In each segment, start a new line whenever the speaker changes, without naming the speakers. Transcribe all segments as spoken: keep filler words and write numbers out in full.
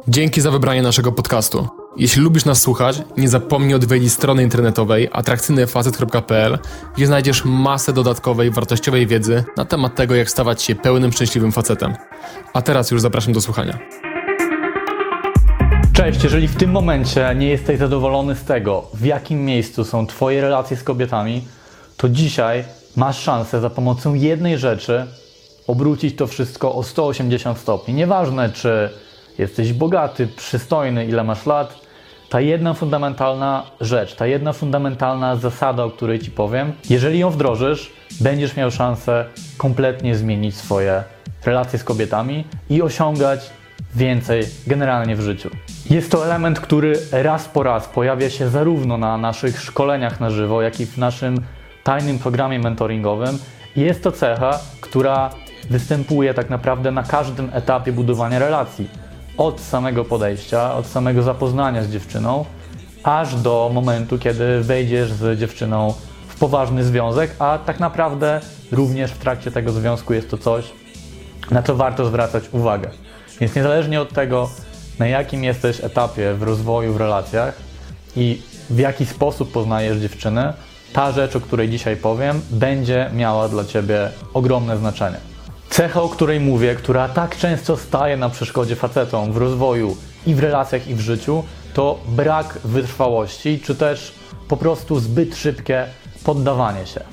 Dzięki za wybranie naszego podcastu. Jeśli lubisz nas słuchać, nie zapomnij odwiedzić strony internetowej atrakcyjny facet kropka p l, gdzie znajdziesz masę dodatkowej, wartościowej wiedzy na temat tego, jak stawać się pełnym, szczęśliwym facetem. A teraz już zapraszam do słuchania.
Cześć, jeżeli w tym momencie nie jesteś zadowolony z tego, w jakim miejscu są Twoje relacje z kobietami, to dzisiaj masz szansę za pomocą jednej rzeczy obrócić to wszystko o sto osiemdziesiąt stopni. Nieważne, czy jesteś bogaty, przystojny, ile masz lat, ta jedna fundamentalna rzecz, ta jedna fundamentalna zasada, o której Ci powiem, jeżeli ją wdrożysz, będziesz miał szansę kompletnie zmienić swoje relacje z kobietami i osiągać więcej generalnie w życiu. Jest to element, który raz po raz pojawia się zarówno na naszych szkoleniach na żywo, jak i w naszym tajnym programie mentoringowym. Jest to cecha, która występuje tak naprawdę na każdym etapie budowania relacji. Od samego podejścia, od samego zapoznania z dziewczyną, aż do momentu, kiedy wejdziesz z dziewczyną w poważny związek, a tak naprawdę również w trakcie tego związku jest to coś, na co warto zwracać uwagę. Więc niezależnie od tego, na jakim jesteś etapie w rozwoju w relacjach i w jaki sposób poznajesz dziewczynę, ta rzecz, o której dzisiaj powiem, będzie miała dla Ciebie ogromne znaczenie. Cecha, o której mówię, która tak często staje na przeszkodzie facetom w rozwoju i w relacjach, i w życiu, to brak wytrwałości, czy też po prostu zbyt szybkie poddawanie się.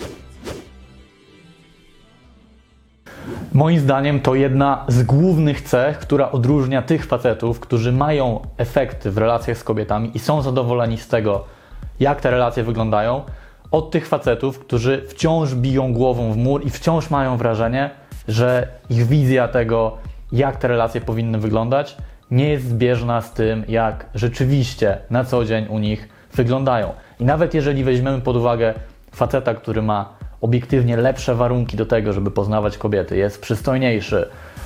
Moim zdaniem to jedna z głównych cech, która odróżnia tych facetów, którzy mają efekty w relacjach z kobietami i są zadowoleni z tego, jak te relacje wyglądają, od tych facetów, którzy wciąż biją głową w mur i wciąż mają wrażenie, że ich wizja tego, jak te relacje powinny wyglądać, nie jest zbieżna z tym, jak rzeczywiście na co dzień u nich wyglądają. I nawet jeżeli weźmiemy pod uwagę faceta, który ma obiektywnie lepsze warunki do tego, żeby poznawać kobiety, jest przystojniejszy,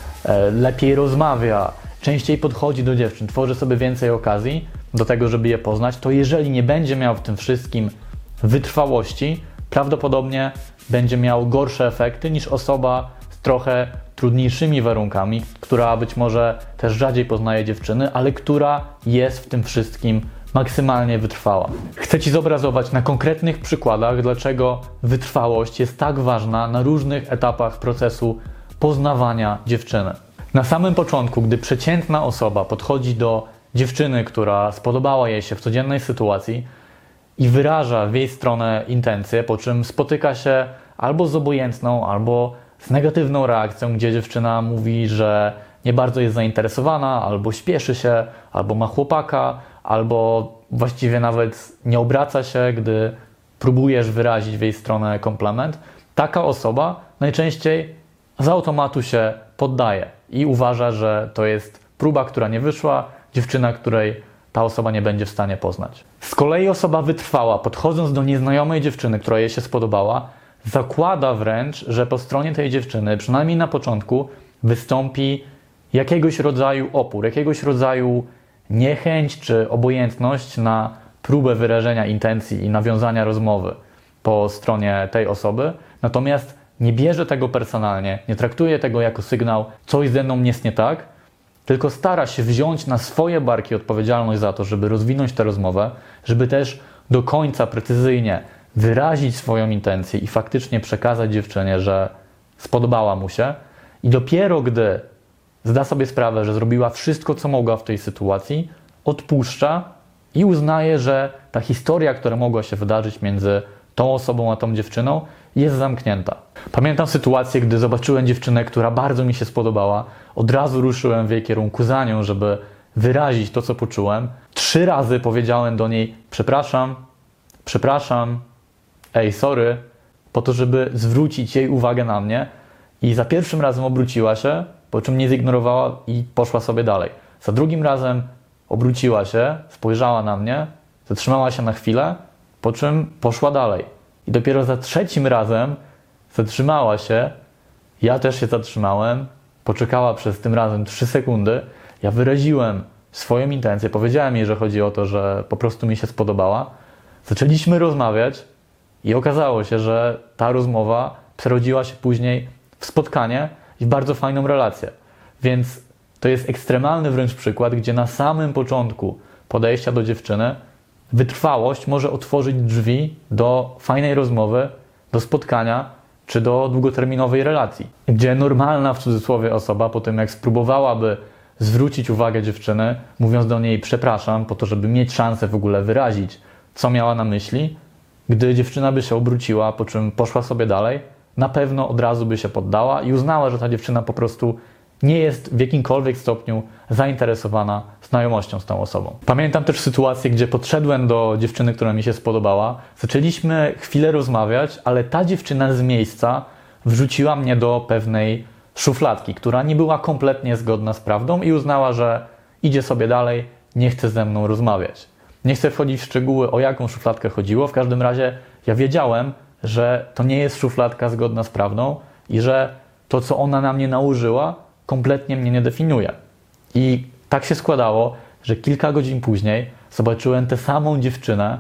lepiej rozmawia, częściej podchodzi do dziewczyn, tworzy sobie więcej okazji do tego, żeby je poznać, to jeżeli nie będzie miał w tym wszystkim wytrwałości, prawdopodobnie będzie miał gorsze efekty niż osoba z trochę trudniejszymi warunkami, która być może też rzadziej poznaje dziewczyny, ale która jest w tym wszystkim maksymalnie wytrwała. Chcę Ci zobrazować na konkretnych przykładach, dlaczego wytrwałość jest tak ważna na różnych etapach procesu poznawania dziewczyny. Na samym początku, gdy przeciętna osoba podchodzi do dziewczyny, która spodobała jej się w codziennej sytuacji i wyraża w jej stronę intencje, po czym spotyka się albo z obojętną, albo z negatywną reakcją, gdzie dziewczyna mówi, że nie bardzo jest zainteresowana, albo śpieszy się, albo ma chłopaka, albo właściwie nawet nie obraca się, gdy próbujesz wyrazić w jej stronę komplement, taka osoba najczęściej z automatu się poddaje i uważa, że to jest próba, która nie wyszła, dziewczyna, której ta osoba nie będzie w stanie poznać. Z kolei osoba wytrwała, podchodząc do nieznajomej dziewczyny, która jej się spodobała, zakłada wręcz, że po stronie tej dziewczyny, przynajmniej na początku, wystąpi jakiegoś rodzaju opór, jakiegoś rodzaju niechęć czy obojętność na próbę wyrażenia intencji i nawiązania rozmowy po stronie tej osoby, natomiast nie bierze tego personalnie, nie traktuje tego jako sygnał, coś ze mną jest nie tak, tylko stara się wziąć na swoje barki odpowiedzialność za to, żeby rozwinąć tę rozmowę, żeby też do końca precyzyjnie wyrazić swoją intencję i faktycznie przekazać dziewczynie, że spodobała mu się, i dopiero gdy zda sobie sprawę, że zrobiła wszystko, co mogła w tej sytuacji, odpuszcza i uznaje, że ta historia, która mogła się wydarzyć między tą osobą a tą dziewczyną, jest zamknięta. Pamiętam sytuację, gdy zobaczyłem dziewczynę, która bardzo mi się spodobała. Od razu ruszyłem w jej kierunku za nią, żeby wyrazić to, co poczułem. Trzy razy powiedziałem do niej przepraszam, przepraszam, ej, sorry, po to, żeby zwrócić jej uwagę na mnie, i za pierwszym razem obróciła się, po czym mnie zignorowała i poszła sobie dalej. Za drugim razem obróciła się, spojrzała na mnie, zatrzymała się na chwilę, po czym poszła dalej. I dopiero za trzecim razem zatrzymała się, ja też się zatrzymałem, poczekała przez tym razem trzy sekundy, ja wyraziłem swoją intencję, powiedziałem jej, że chodzi o to, że po prostu mi się spodobała. Zaczęliśmy rozmawiać i okazało się, że ta rozmowa przerodziła się później w spotkanie i w bardzo fajną relację. Więc to jest ekstremalny wręcz przykład, gdzie na samym początku podejścia do dziewczyny wytrwałość może otworzyć drzwi do fajnej rozmowy, do spotkania czy do długoterminowej relacji. Gdzie normalna w cudzysłowie osoba po tym jak spróbowałaby zwrócić uwagę dziewczyny, mówiąc do niej przepraszam, po to, żeby mieć szansę w ogóle wyrazić, co miała na myśli, gdy dziewczyna by się obróciła, po czym poszła sobie dalej, na pewno od razu by się poddała i uznała, że ta dziewczyna po prostu nie jest w jakimkolwiek stopniu zainteresowana znajomością z tą osobą. Pamiętam też sytuację, gdzie podszedłem do dziewczyny, która mi się spodobała. Zaczęliśmy chwilę rozmawiać, ale ta dziewczyna z miejsca wrzuciła mnie do pewnej szufladki, która nie była kompletnie zgodna z prawdą i uznała, że idzie sobie dalej, nie chce ze mną rozmawiać. Nie chcę wchodzić w szczegóły, o jaką szufladkę chodziło. W każdym razie ja wiedziałem, że to nie jest szufladka zgodna z prawdą i że to, co ona na mnie nałożyła, kompletnie mnie nie definiuje. I tak się składało, że kilka godzin później zobaczyłem tę samą dziewczynę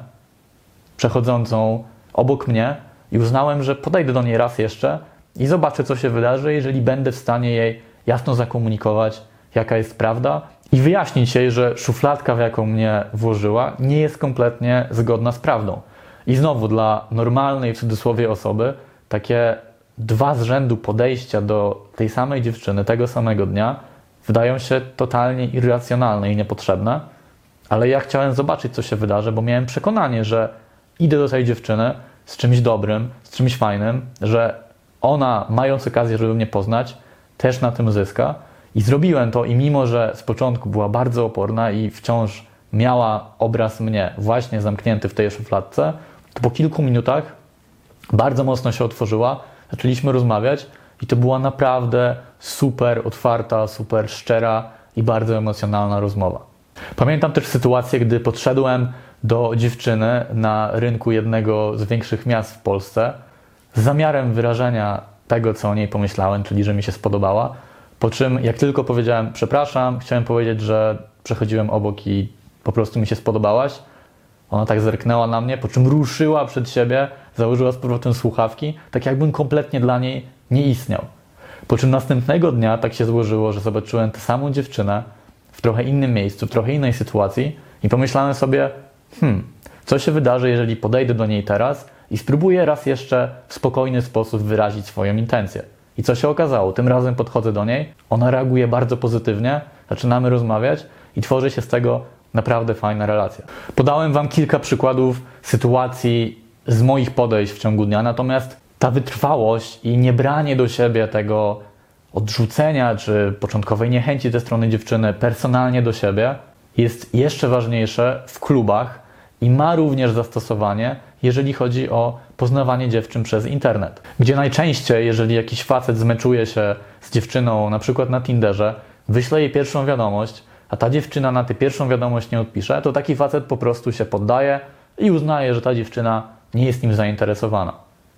przechodzącą obok mnie i uznałem, że podejdę do niej raz jeszcze i zobaczę, co się wydarzy, jeżeli będę w stanie jej jasno zakomunikować, jaka jest prawda i wyjaśnić jej, że szufladka, w jaką mnie włożyła, nie jest kompletnie zgodna z prawdą. I znowu dla normalnej, w cudzysłowie, osoby takie dwa z rzędu podejścia do tej samej dziewczyny tego samego dnia wydają się totalnie irracjonalne i niepotrzebne, ale ja chciałem zobaczyć, co się wydarzy, bo miałem przekonanie, że idę do tej dziewczyny z czymś dobrym, z czymś fajnym, że ona, mając okazję, żeby mnie poznać, też na tym zyska. I zrobiłem to i mimo, że z początku była bardzo oporna i wciąż miała obraz mnie właśnie zamknięty w tej szufladce, to po kilku minutach bardzo mocno się otworzyła, zaczęliśmy rozmawiać i to była naprawdę super otwarta, super szczera i bardzo emocjonalna rozmowa. Pamiętam też sytuację, gdy podszedłem do dziewczyny na rynku jednego z większych miast w Polsce z zamiarem wyrażenia tego, co o niej pomyślałem, czyli że mi się spodobała, po czym jak tylko powiedziałem przepraszam, chciałem powiedzieć, że przechodziłem obok i po prostu mi się spodobałaś, ona tak zerknęła na mnie, po czym ruszyła przed siebie, założyła z powrotem słuchawki, tak jakbym kompletnie dla niej nie istniał. Po czym następnego dnia tak się złożyło, że zobaczyłem tę samą dziewczynę w trochę innym miejscu, w trochę innej sytuacji i pomyślałem sobie, hmm, co się wydarzy, jeżeli podejdę do niej teraz i spróbuję raz jeszcze w spokojny sposób wyrazić swoją intencję. I co się okazało? Tym razem podchodzę do niej, ona reaguje bardzo pozytywnie, zaczynamy rozmawiać i tworzy się z tego naprawdę fajna relacja. Podałem Wam kilka przykładów sytuacji z moich podejść w ciągu dnia, natomiast ta wytrwałość i niebranie do siebie tego odrzucenia czy początkowej niechęci ze strony dziewczyny personalnie do siebie jest jeszcze ważniejsze w klubach i ma również zastosowanie, jeżeli chodzi o poznawanie dziewczyn przez internet. Gdzie najczęściej, jeżeli jakiś facet zmeczuje się z dziewczyną, na przykład na Tinderze, wyśle jej pierwszą wiadomość, a ta dziewczyna na tę pierwszą wiadomość nie odpisze, to taki facet po prostu się poddaje i uznaje, że ta dziewczyna nie jest nim zainteresowana.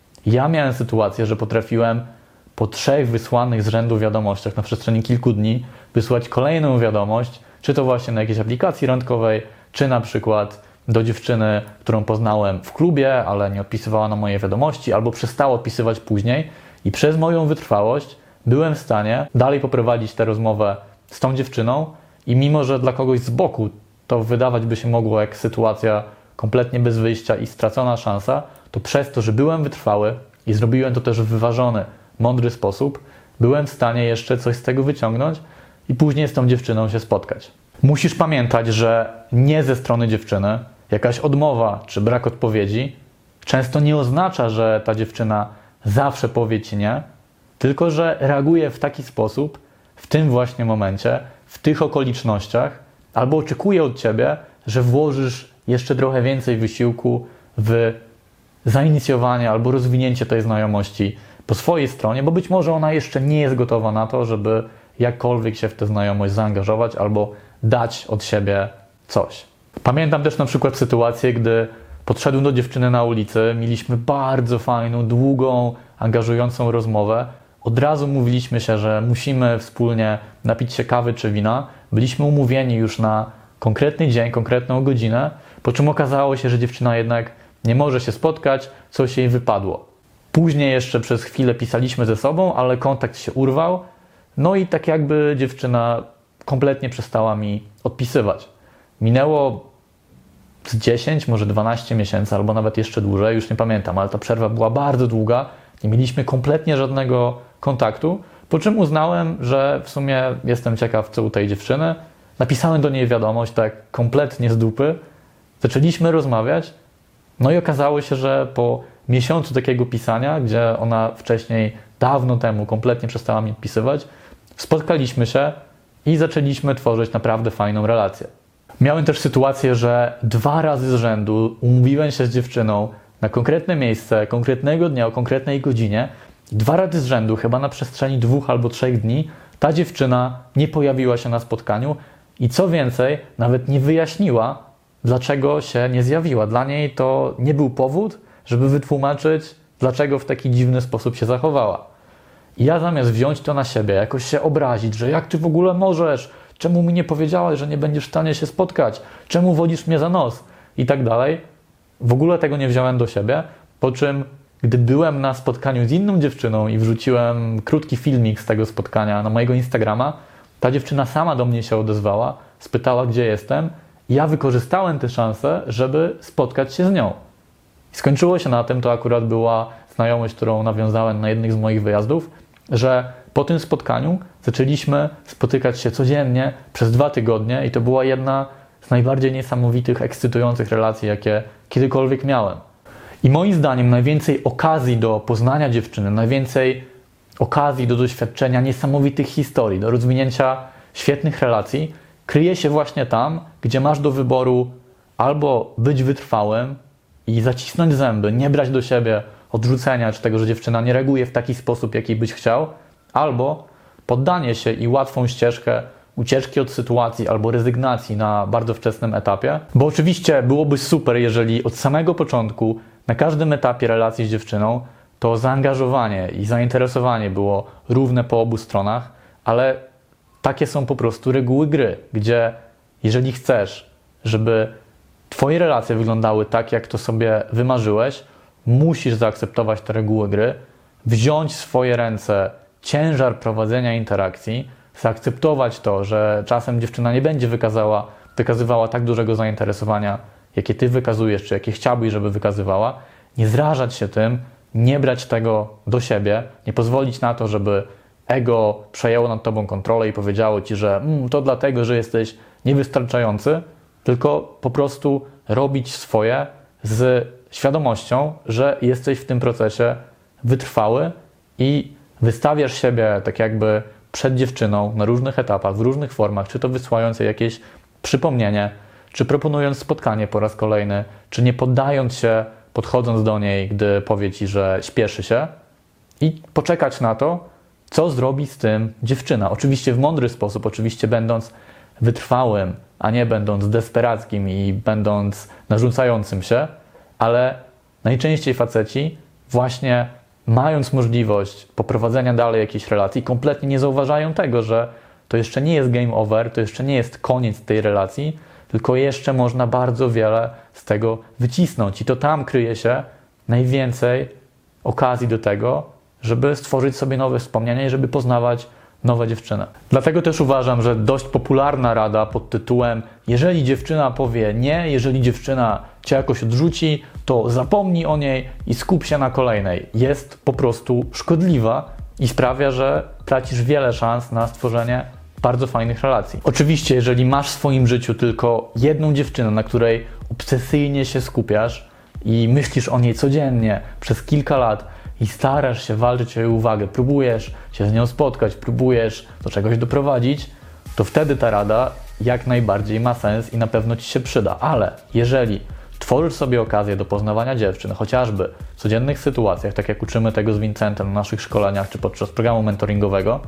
Ja miałem sytuację, że potrafiłem po trzech wysłanych z rzędu wiadomościach na przestrzeni kilku dni wysłać kolejną wiadomość, czy to właśnie na jakiejś aplikacji randkowej, czy na przykład do dziewczyny, którą poznałem w klubie, ale nie odpisywała na moje wiadomości, albo przestała odpisywać później i przez moją wytrwałość byłem w stanie dalej poprowadzić tę rozmowę z tą dziewczyną i mimo, że dla kogoś z boku to wydawać by się mogło jak sytuacja kompletnie bez wyjścia i stracona szansa, to przez to, że byłem wytrwały i zrobiłem to też w wyważony, mądry sposób, byłem w stanie jeszcze coś z tego wyciągnąć i później z tą dziewczyną się spotkać. Musisz pamiętać, że nie ze strony dziewczyny jakaś odmowa czy brak odpowiedzi często nie oznacza, że ta dziewczyna zawsze powie Ci nie, tylko że reaguje w taki sposób, w tym właśnie momencie, w tych okolicznościach, albo oczekuje od Ciebie, że włożysz jeszcze trochę więcej wysiłku w zainicjowanie albo rozwinięcie tej znajomości po swojej stronie, bo być może ona jeszcze nie jest gotowa na to, żeby jakkolwiek się w tę znajomość zaangażować albo dać od siebie coś. Pamiętam też na przykład sytuację, gdy podszedłem do dziewczyny na ulicy, mieliśmy bardzo fajną, długą, angażującą rozmowę. Od razu mówiliśmy się, że musimy wspólnie napić się kawy czy wina. Byliśmy umówieni już na konkretny dzień, konkretną godzinę, po czym okazało się, że dziewczyna jednak nie może się spotkać, coś jej wypadło. Później jeszcze przez chwilę pisaliśmy ze sobą, ale kontakt się urwał. No i tak jakby dziewczyna kompletnie przestała mi odpisywać. Minęło z dziesięć, może dwanaście miesięcy, albo nawet jeszcze dłużej, już nie pamiętam, ale ta przerwa była bardzo długa, nie mieliśmy kompletnie żadnego kontaktu, po czym uznałem, że w sumie jestem ciekaw, co u tej dziewczyny. Napisałem do niej wiadomość, tak kompletnie z dupy, zaczęliśmy rozmawiać, no i okazało się, że po miesiącu takiego pisania, gdzie ona wcześniej, dawno temu kompletnie przestała mi odpisywać, spotkaliśmy się i zaczęliśmy tworzyć naprawdę fajną relację. Miałem też sytuację, że dwa razy z rzędu umówiłem się z dziewczyną na konkretne miejsce, konkretnego dnia, o konkretnej godzinie. Dwa razy z rzędu, chyba na przestrzeni dwóch albo trzech dni, ta dziewczyna nie pojawiła się na spotkaniu i co więcej, nawet nie wyjaśniła, dlaczego się nie zjawiła. Dla niej to nie był powód, żeby wytłumaczyć, dlaczego w taki dziwny sposób się zachowała. I ja zamiast wziąć to na siebie, jakoś się obrazić, że jak ty w ogóle możesz, czemu mi nie powiedziałaś, że nie będziesz w stanie się spotkać, czemu wodzisz mnie za nos i tak dalej, w ogóle tego nie wziąłem do siebie, po czym gdy byłem na spotkaniu z inną dziewczyną i wrzuciłem krótki filmik z tego spotkania na mojego Instagrama, ta dziewczyna sama do mnie się odezwała, spytała, gdzie jestem i ja wykorzystałem tę szansę, żeby spotkać się z nią. I skończyło się na tym, to akurat była znajomość, którą nawiązałem na jednych z moich wyjazdów, że po tym spotkaniu zaczęliśmy spotykać się codziennie przez dwa tygodnie i to była jedna z najbardziej niesamowitych, ekscytujących relacji, jakie kiedykolwiek miałem. I moim zdaniem najwięcej okazji do poznania dziewczyny, najwięcej okazji do doświadczenia niesamowitych historii, do rozwinięcia świetnych relacji kryje się właśnie tam, gdzie masz do wyboru albo być wytrwałym i zacisnąć zęby, nie brać do siebie odrzucenia, czy tego, że dziewczyna nie reaguje w taki sposób, jaki byś chciał, albo poddanie się i łatwą ścieżkę ucieczki od sytuacji albo rezygnacji na bardzo wczesnym etapie. Bo oczywiście byłoby super, jeżeli od samego początku, na każdym etapie relacji z dziewczyną, to zaangażowanie i zainteresowanie było równe po obu stronach, ale takie są po prostu reguły gry, gdzie jeżeli chcesz, żeby twoje relacje wyglądały tak, jak to sobie wymarzyłeś, musisz zaakceptować te reguły gry, wziąć w swoje ręce ciężar prowadzenia interakcji, zaakceptować to, że czasem dziewczyna nie będzie wykazała, wykazywała tak dużego zainteresowania, jakie ty wykazujesz, czy jakie chciałbyś, żeby wykazywała, nie zrażać się tym, nie brać tego do siebie, nie pozwolić na to, żeby ego przejęło nad tobą kontrolę i powiedziało ci, że mm, to dlatego, że jesteś niewystarczający, tylko po prostu robić swoje z świadomością, że jesteś w tym procesie wytrwały i wystawiasz siebie tak jakby przed dziewczyną na różnych etapach, w różnych formach, czy to wysyłając jej jakieś przypomnienie, czy proponując spotkanie po raz kolejny, czy nie poddając się, podchodząc do niej, gdy powie ci, że śpieszy się i poczekać na to, co zrobi z tym dziewczyna. Oczywiście w mądry sposób, oczywiście będąc wytrwałym, a nie będąc desperackim i będąc narzucającym się, ale najczęściej faceci właśnie mając możliwość poprowadzenia dalej jakiejś relacji, kompletnie nie zauważają tego, że to jeszcze nie jest game over, to jeszcze nie jest koniec tej relacji, tylko jeszcze można bardzo wiele z tego wycisnąć. I to tam kryje się najwięcej okazji do tego, żeby stworzyć sobie nowe wspomnienia i żeby poznawać nowe dziewczyny. Dlatego też uważam, że dość popularna rada pod tytułem jeżeli dziewczyna powie nie, jeżeli dziewczyna cię jakoś odrzuci, to zapomnij o niej i skup się na kolejnej. Jest po prostu szkodliwa i sprawia, że tracisz wiele szans na stworzenie bardzo fajnych relacji. Oczywiście, jeżeli masz w swoim życiu tylko jedną dziewczynę, na której obsesyjnie się skupiasz i myślisz o niej codziennie przez kilka lat i starasz się walczyć o jej uwagę, próbujesz się z nią spotkać, próbujesz do czegoś doprowadzić, to wtedy ta rada jak najbardziej ma sens i na pewno ci się przyda. Ale jeżeli tworzysz sobie okazję do poznawania dziewczyn, chociażby w codziennych sytuacjach, tak jak uczymy tego z Vincentem na naszych szkoleniach czy podczas programu mentoringowego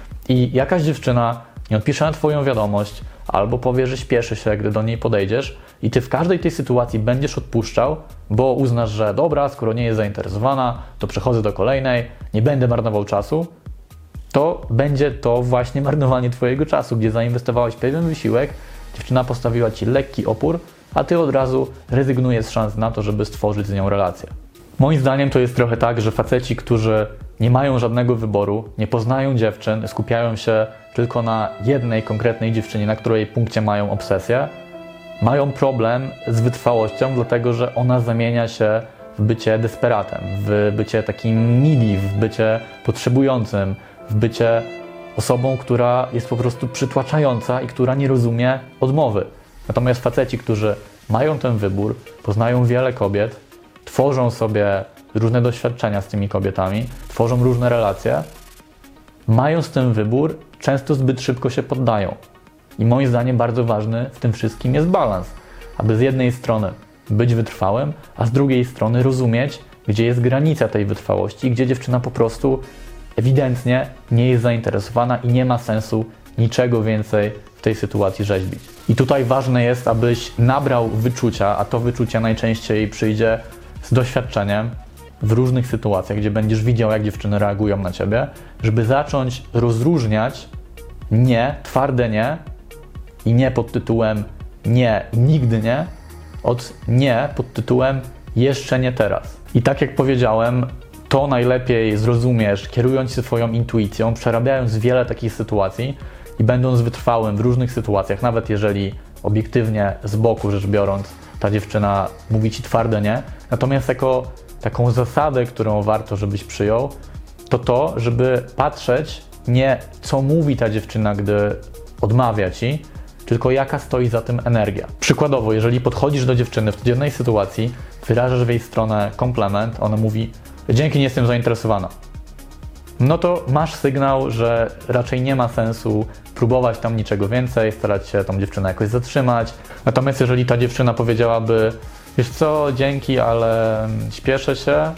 i jakaś dziewczyna nie odpisze na twoją wiadomość albo powie, że śpieszy się, gdy do niej podejdziesz i ty w każdej tej sytuacji będziesz odpuszczał, bo uznasz, że dobra, skoro nie jest zainteresowana, to przechodzę do kolejnej, nie będę marnował czasu, to będzie to właśnie marnowanie twojego czasu, gdzie zainwestowałeś pewien wysiłek, dziewczyna postawiła ci lekki opór, a ty od razu rezygnujesz z szans na to, żeby stworzyć z nią relację. Moim zdaniem to jest trochę tak, że faceci, którzy nie mają żadnego wyboru, nie poznają dziewczyn, skupiają się tylko na jednej konkretnej dziewczynie, na której punkcie mają obsesję, mają problem z wytrwałością, dlatego że ona zamienia się w bycie desperatem, w bycie takim needy, w bycie potrzebującym, w bycie osobą, która jest po prostu przytłaczająca i która nie rozumie odmowy. Natomiast faceci, którzy mają ten wybór, poznają wiele kobiet, tworzą sobie różne doświadczenia z tymi kobietami, tworzą różne relacje, mając ten wybór, często zbyt szybko się poddają. I moim zdaniem bardzo ważny w tym wszystkim jest balans, aby z jednej strony być wytrwałym, a z drugiej strony rozumieć, gdzie jest granica tej wytrwałości, gdzie dziewczyna po prostu ewidentnie nie jest zainteresowana i nie ma sensu niczego więcej w tej sytuacji rzeźbić. I tutaj ważne jest, abyś nabrał wyczucia, a to wyczucie najczęściej przyjdzie z doświadczeniem w różnych sytuacjach, gdzie będziesz widział, jak dziewczyny reagują na ciebie, żeby zacząć rozróżniać nie, twarde nie i nie pod tytułem nie i nigdy nie, od nie pod tytułem jeszcze nie teraz. I tak jak powiedziałem, to najlepiej zrozumiesz, kierując się swoją intuicją, przerabiając wiele takich sytuacji i będąc wytrwałym w różnych sytuacjach, nawet jeżeli obiektywnie z boku rzecz biorąc ta dziewczyna mówi ci twarde nie. Natomiast jako taką zasadę, którą warto, żebyś przyjął, to to, żeby patrzeć nie co mówi ta dziewczyna, gdy odmawia ci, tylko jaka stoi za tym energia. Przykładowo, jeżeli podchodzisz do dziewczyny w codziennej sytuacji, wyrażasz w jej stronę komplement, ona mówi: dzięki, nie jestem zainteresowana. No to masz sygnał, że raczej nie ma sensu próbować tam niczego więcej, starać się tą dziewczynę jakoś zatrzymać. Natomiast jeżeli ta dziewczyna powiedziałaby: wiesz co, dzięki, ale śpieszę się,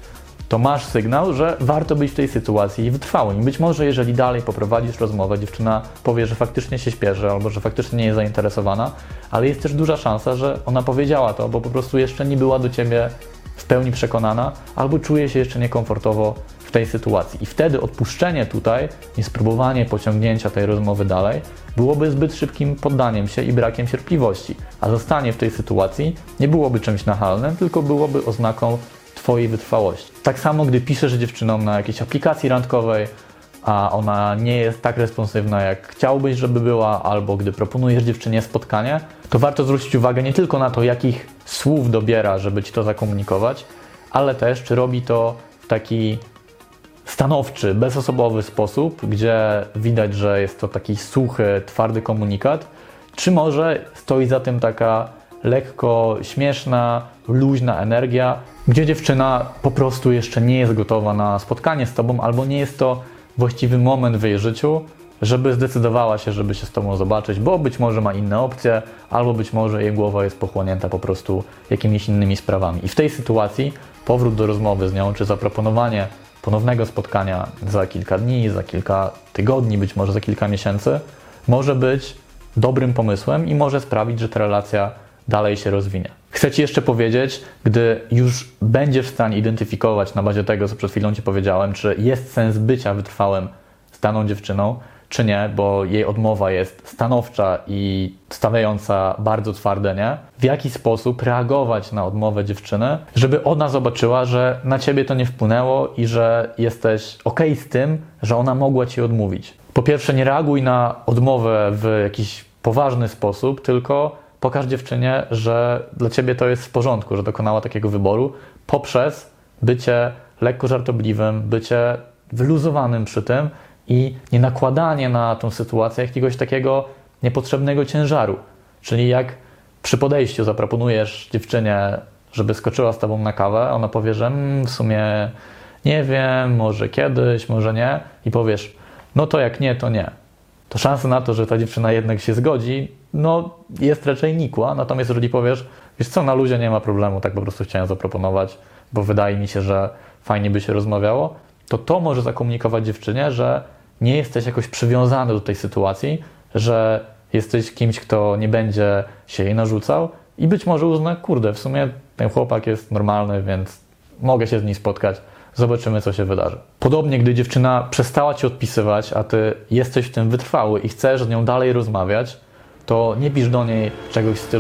to masz sygnał, że warto być w tej sytuacji wytrwałym. Być może jeżeli dalej poprowadzisz rozmowę, dziewczyna powie, że faktycznie się śpieszy albo że faktycznie nie jest zainteresowana, ale jest też duża szansa, że ona powiedziała to, bo po prostu jeszcze nie była do ciebie w pełni przekonana albo czuje się jeszcze niekomfortowo w tej sytuacji. I wtedy odpuszczenie tutaj i spróbowanie pociągnięcia tej rozmowy dalej byłoby zbyt szybkim poddaniem się i brakiem cierpliwości, a zostanie w tej sytuacji nie byłoby czymś nachalnym, tylko byłoby oznaką twojej wytrwałości. Tak samo, gdy piszesz dziewczynom na jakiejś aplikacji randkowej, a ona nie jest tak responsywna, jak chciałbyś, żeby była, albo gdy proponujesz dziewczynie spotkanie, to warto zwrócić uwagę nie tylko na to, jakich słów dobiera, żeby ci to zakomunikować, ale też, czy robi to w taki stanowczy, bezosobowy sposób, gdzie widać, że jest to taki suchy, twardy komunikat, czy może stoi za tym taka lekko śmieszna, luźna energia, gdzie dziewczyna po prostu jeszcze nie jest gotowa na spotkanie z tobą, albo nie jest to właściwy moment w jej życiu, żeby zdecydowała się, żeby się z tobą zobaczyć, bo być może ma inne opcje, albo być może jej głowa jest pochłonięta po prostu jakimiś innymi sprawami. I w tej sytuacji powrót do rozmowy z nią, czy zaproponowanie ponownego spotkania za kilka dni, za kilka tygodni, być może za kilka miesięcy, może być dobrym pomysłem i może sprawić, że ta relacja dalej się rozwinie. Chcę ci jeszcze powiedzieć, gdy już będziesz w stanie identyfikować na bazie tego, co przed chwilą ci powiedziałem, czy jest sens bycia wytrwałym z daną dziewczyną, czy nie, bo jej odmowa jest stanowcza i stawiająca bardzo twarde nie, w jaki sposób reagować na odmowę dziewczyny, żeby ona zobaczyła, że na ciebie to nie wpłynęło i że jesteś okej z tym, że ona mogła ci odmówić. Po pierwsze, nie reaguj na odmowę w jakiś poważny sposób, tylko pokaż dziewczynie, że dla ciebie to jest w porządku, że dokonała takiego wyboru poprzez bycie lekko żartobliwym, bycie wyluzowanym przy tym i nie nakładanie na tą sytuację jakiegoś takiego niepotrzebnego ciężaru. Czyli jak przy podejściu zaproponujesz dziewczynie, żeby skoczyła z tobą na kawę, ona powie, że mm, w sumie nie wiem, może kiedyś, może nie i powiesz, no to jak nie, to nie. To szansa na to, że ta dziewczyna jednak się zgodzi, no jest raczej nikła. Natomiast jeżeli powiesz, wiesz co, na luzie nie ma problemu, tak po prostu chciałem zaproponować, bo wydaje mi się, że fajnie by się rozmawiało, to to może zakomunikować dziewczynie, że nie jesteś jakoś przywiązany do tej sytuacji, że jesteś kimś, kto nie będzie się jej narzucał i być może uzna, kurde, w sumie ten chłopak jest normalny, więc mogę się z nim spotkać, zobaczymy, co się wydarzy. Podobnie, gdy dziewczyna przestała ci odpisywać, a ty jesteś w tym wytrwały i chcesz z nią dalej rozmawiać, to nie pisz do niej czegoś w stylu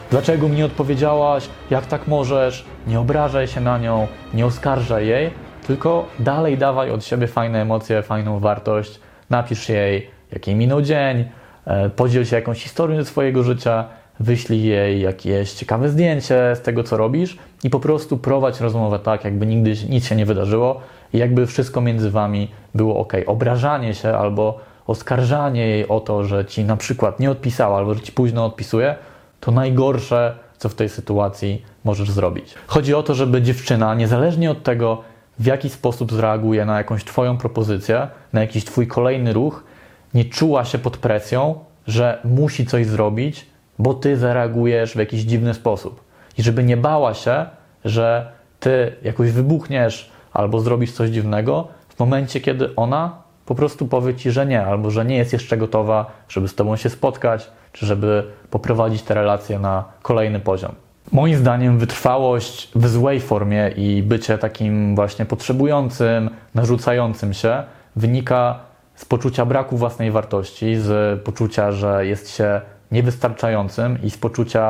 dlaczego mi nie odpowiedziałaś, jak tak możesz, nie obrażaj się na nią, nie oskarżaj jej, tylko dalej dawaj od siebie fajne emocje, fajną wartość, napisz jej, jaki minął dzień, podziel się jakąś historią ze swojego życia, wyślij jej jakieś ciekawe zdjęcie z tego, co robisz i po prostu prowadź rozmowę tak, jakby nigdy nic się nie wydarzyło i jakby wszystko między wami było ok. Obrażanie się albo oskarżanie jej o to, że ci na przykład nie odpisała albo że ci późno odpisuje, to najgorsze, co w tej sytuacji możesz zrobić. Chodzi o to, żeby dziewczyna, niezależnie od tego, w jaki sposób zareaguje na jakąś twoją propozycję, na jakiś twój kolejny ruch, nie czuła się pod presją, że musi coś zrobić, bo ty zareagujesz w jakiś dziwny sposób. I żeby nie bała się, że ty jakoś wybuchniesz albo zrobisz coś dziwnego w momencie, kiedy ona po prostu powie ci, że nie, albo że nie jest jeszcze gotowa, żeby z tobą się spotkać, czy żeby poprowadzić te relacje na kolejny poziom. Moim zdaniem wytrwałość w złej formie i bycie takim właśnie potrzebującym, narzucającym się wynika z poczucia braku własnej wartości, z poczucia, że jest się niewystarczającym i z poczucia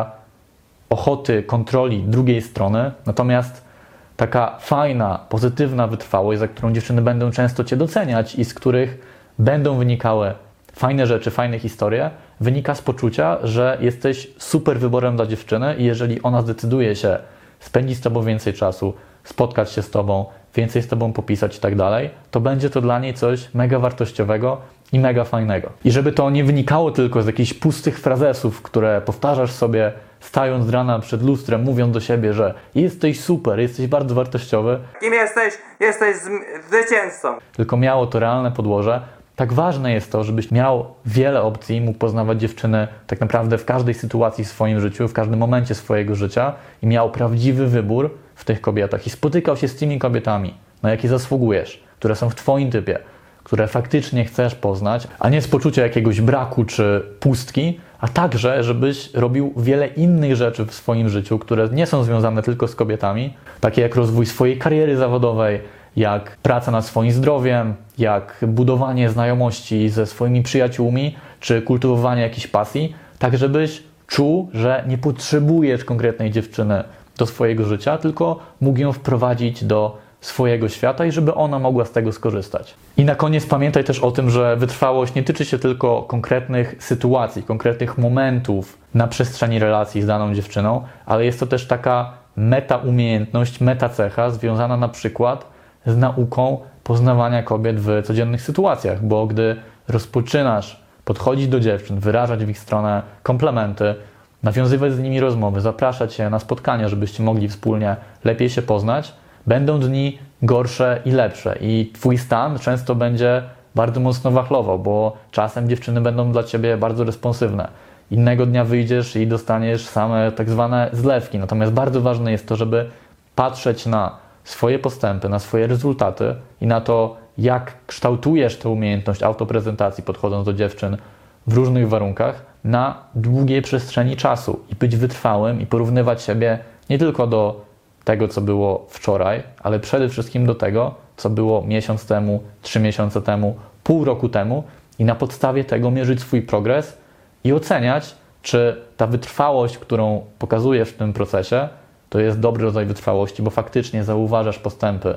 ochoty kontroli drugiej strony. Natomiast taka fajna, pozytywna wytrwałość, za którą dziewczyny będą często cię doceniać i z których będą wynikały fajne rzeczy, fajne historie, wynika z poczucia, że jesteś super wyborem dla dziewczyny i jeżeli ona zdecyduje się spędzić z tobą więcej czasu, spotkać się z tobą, więcej z tobą popisać i tak dalej, to będzie to dla niej coś mega wartościowego i mega fajnego. I żeby to nie wynikało tylko z jakichś pustych frazesów, które powtarzasz sobie stając z rana przed lustrem, mówiąc do siebie, że jesteś super, jesteś bardzo wartościowy.
Kim jesteś? Jesteś zwycięzcą.
Tylko miało to realne podłoże. Tak ważne jest to, żebyś miał wiele opcji, mógł poznawać dziewczyny tak naprawdę w każdej sytuacji w swoim życiu, w każdym momencie swojego życia i miał prawdziwy wybór w tych kobietach i spotykał się z tymi kobietami, na jakie zasługujesz, które są w twoim typie, które faktycznie chcesz poznać, a nie z poczucia jakiegoś braku czy pustki, a także, żebyś robił wiele innych rzeczy w swoim życiu, które nie są związane tylko z kobietami, takie jak rozwój swojej kariery zawodowej, jak praca nad swoim zdrowiem, jak budowanie znajomości ze swoimi przyjaciółmi, czy kultywowanie jakiejś pasji, tak żebyś czuł, że nie potrzebujesz konkretnej dziewczyny do swojego życia, tylko mógł ją wprowadzić do swojego świata i żeby ona mogła z tego skorzystać. I na koniec pamiętaj też o tym, że wytrwałość nie tyczy się tylko konkretnych sytuacji, konkretnych momentów na przestrzeni relacji z daną dziewczyną, ale jest to też taka meta umiejętność, meta cecha związana na przykład z nauką poznawania kobiet w codziennych sytuacjach, bo gdy rozpoczynasz podchodzić do dziewczyn, wyrażać w ich stronę komplementy, nawiązywać z nimi rozmowy, zapraszać je na spotkania, żebyście mogli wspólnie lepiej się poznać, będą dni gorsze i lepsze i twój stan często będzie bardzo mocno wachlował, bo czasem dziewczyny będą dla ciebie bardzo responsywne. Innego dnia wyjdziesz i dostaniesz same tak zwane zlewki. Natomiast bardzo ważne jest to, żeby patrzeć na swoje postępy, na swoje rezultaty i na to, jak kształtujesz tę umiejętność autoprezentacji podchodząc do dziewczyn w różnych warunkach na długiej przestrzeni czasu i być wytrwałym i porównywać siebie nie tylko do tego, co było wczoraj, ale przede wszystkim do tego, co było miesiąc temu, trzy miesiące temu, pół roku temu i na podstawie tego mierzyć swój progres i oceniać, czy ta wytrwałość, którą pokazujesz w tym procesie, to jest dobry rodzaj wytrwałości, bo faktycznie zauważasz postępy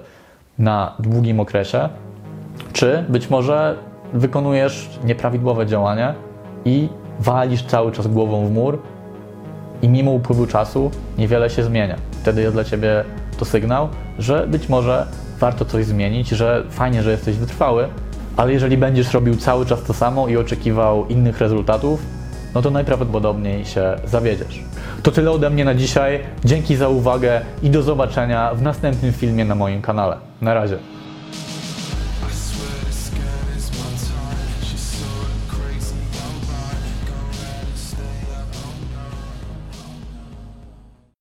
na długim okresie, czy być może wykonujesz nieprawidłowe działania i walisz cały czas głową w mur i mimo upływu czasu niewiele się zmienia. Wtedy jest dla ciebie to sygnał, że być może warto coś zmienić, że fajnie, że jesteś wytrwały, ale jeżeli będziesz robił cały czas to samo i oczekiwał innych rezultatów, no to najprawdopodobniej się zawiedziesz. To tyle ode mnie na dzisiaj. Dzięki za uwagę i do zobaczenia w następnym filmie na moim kanale. Na razie.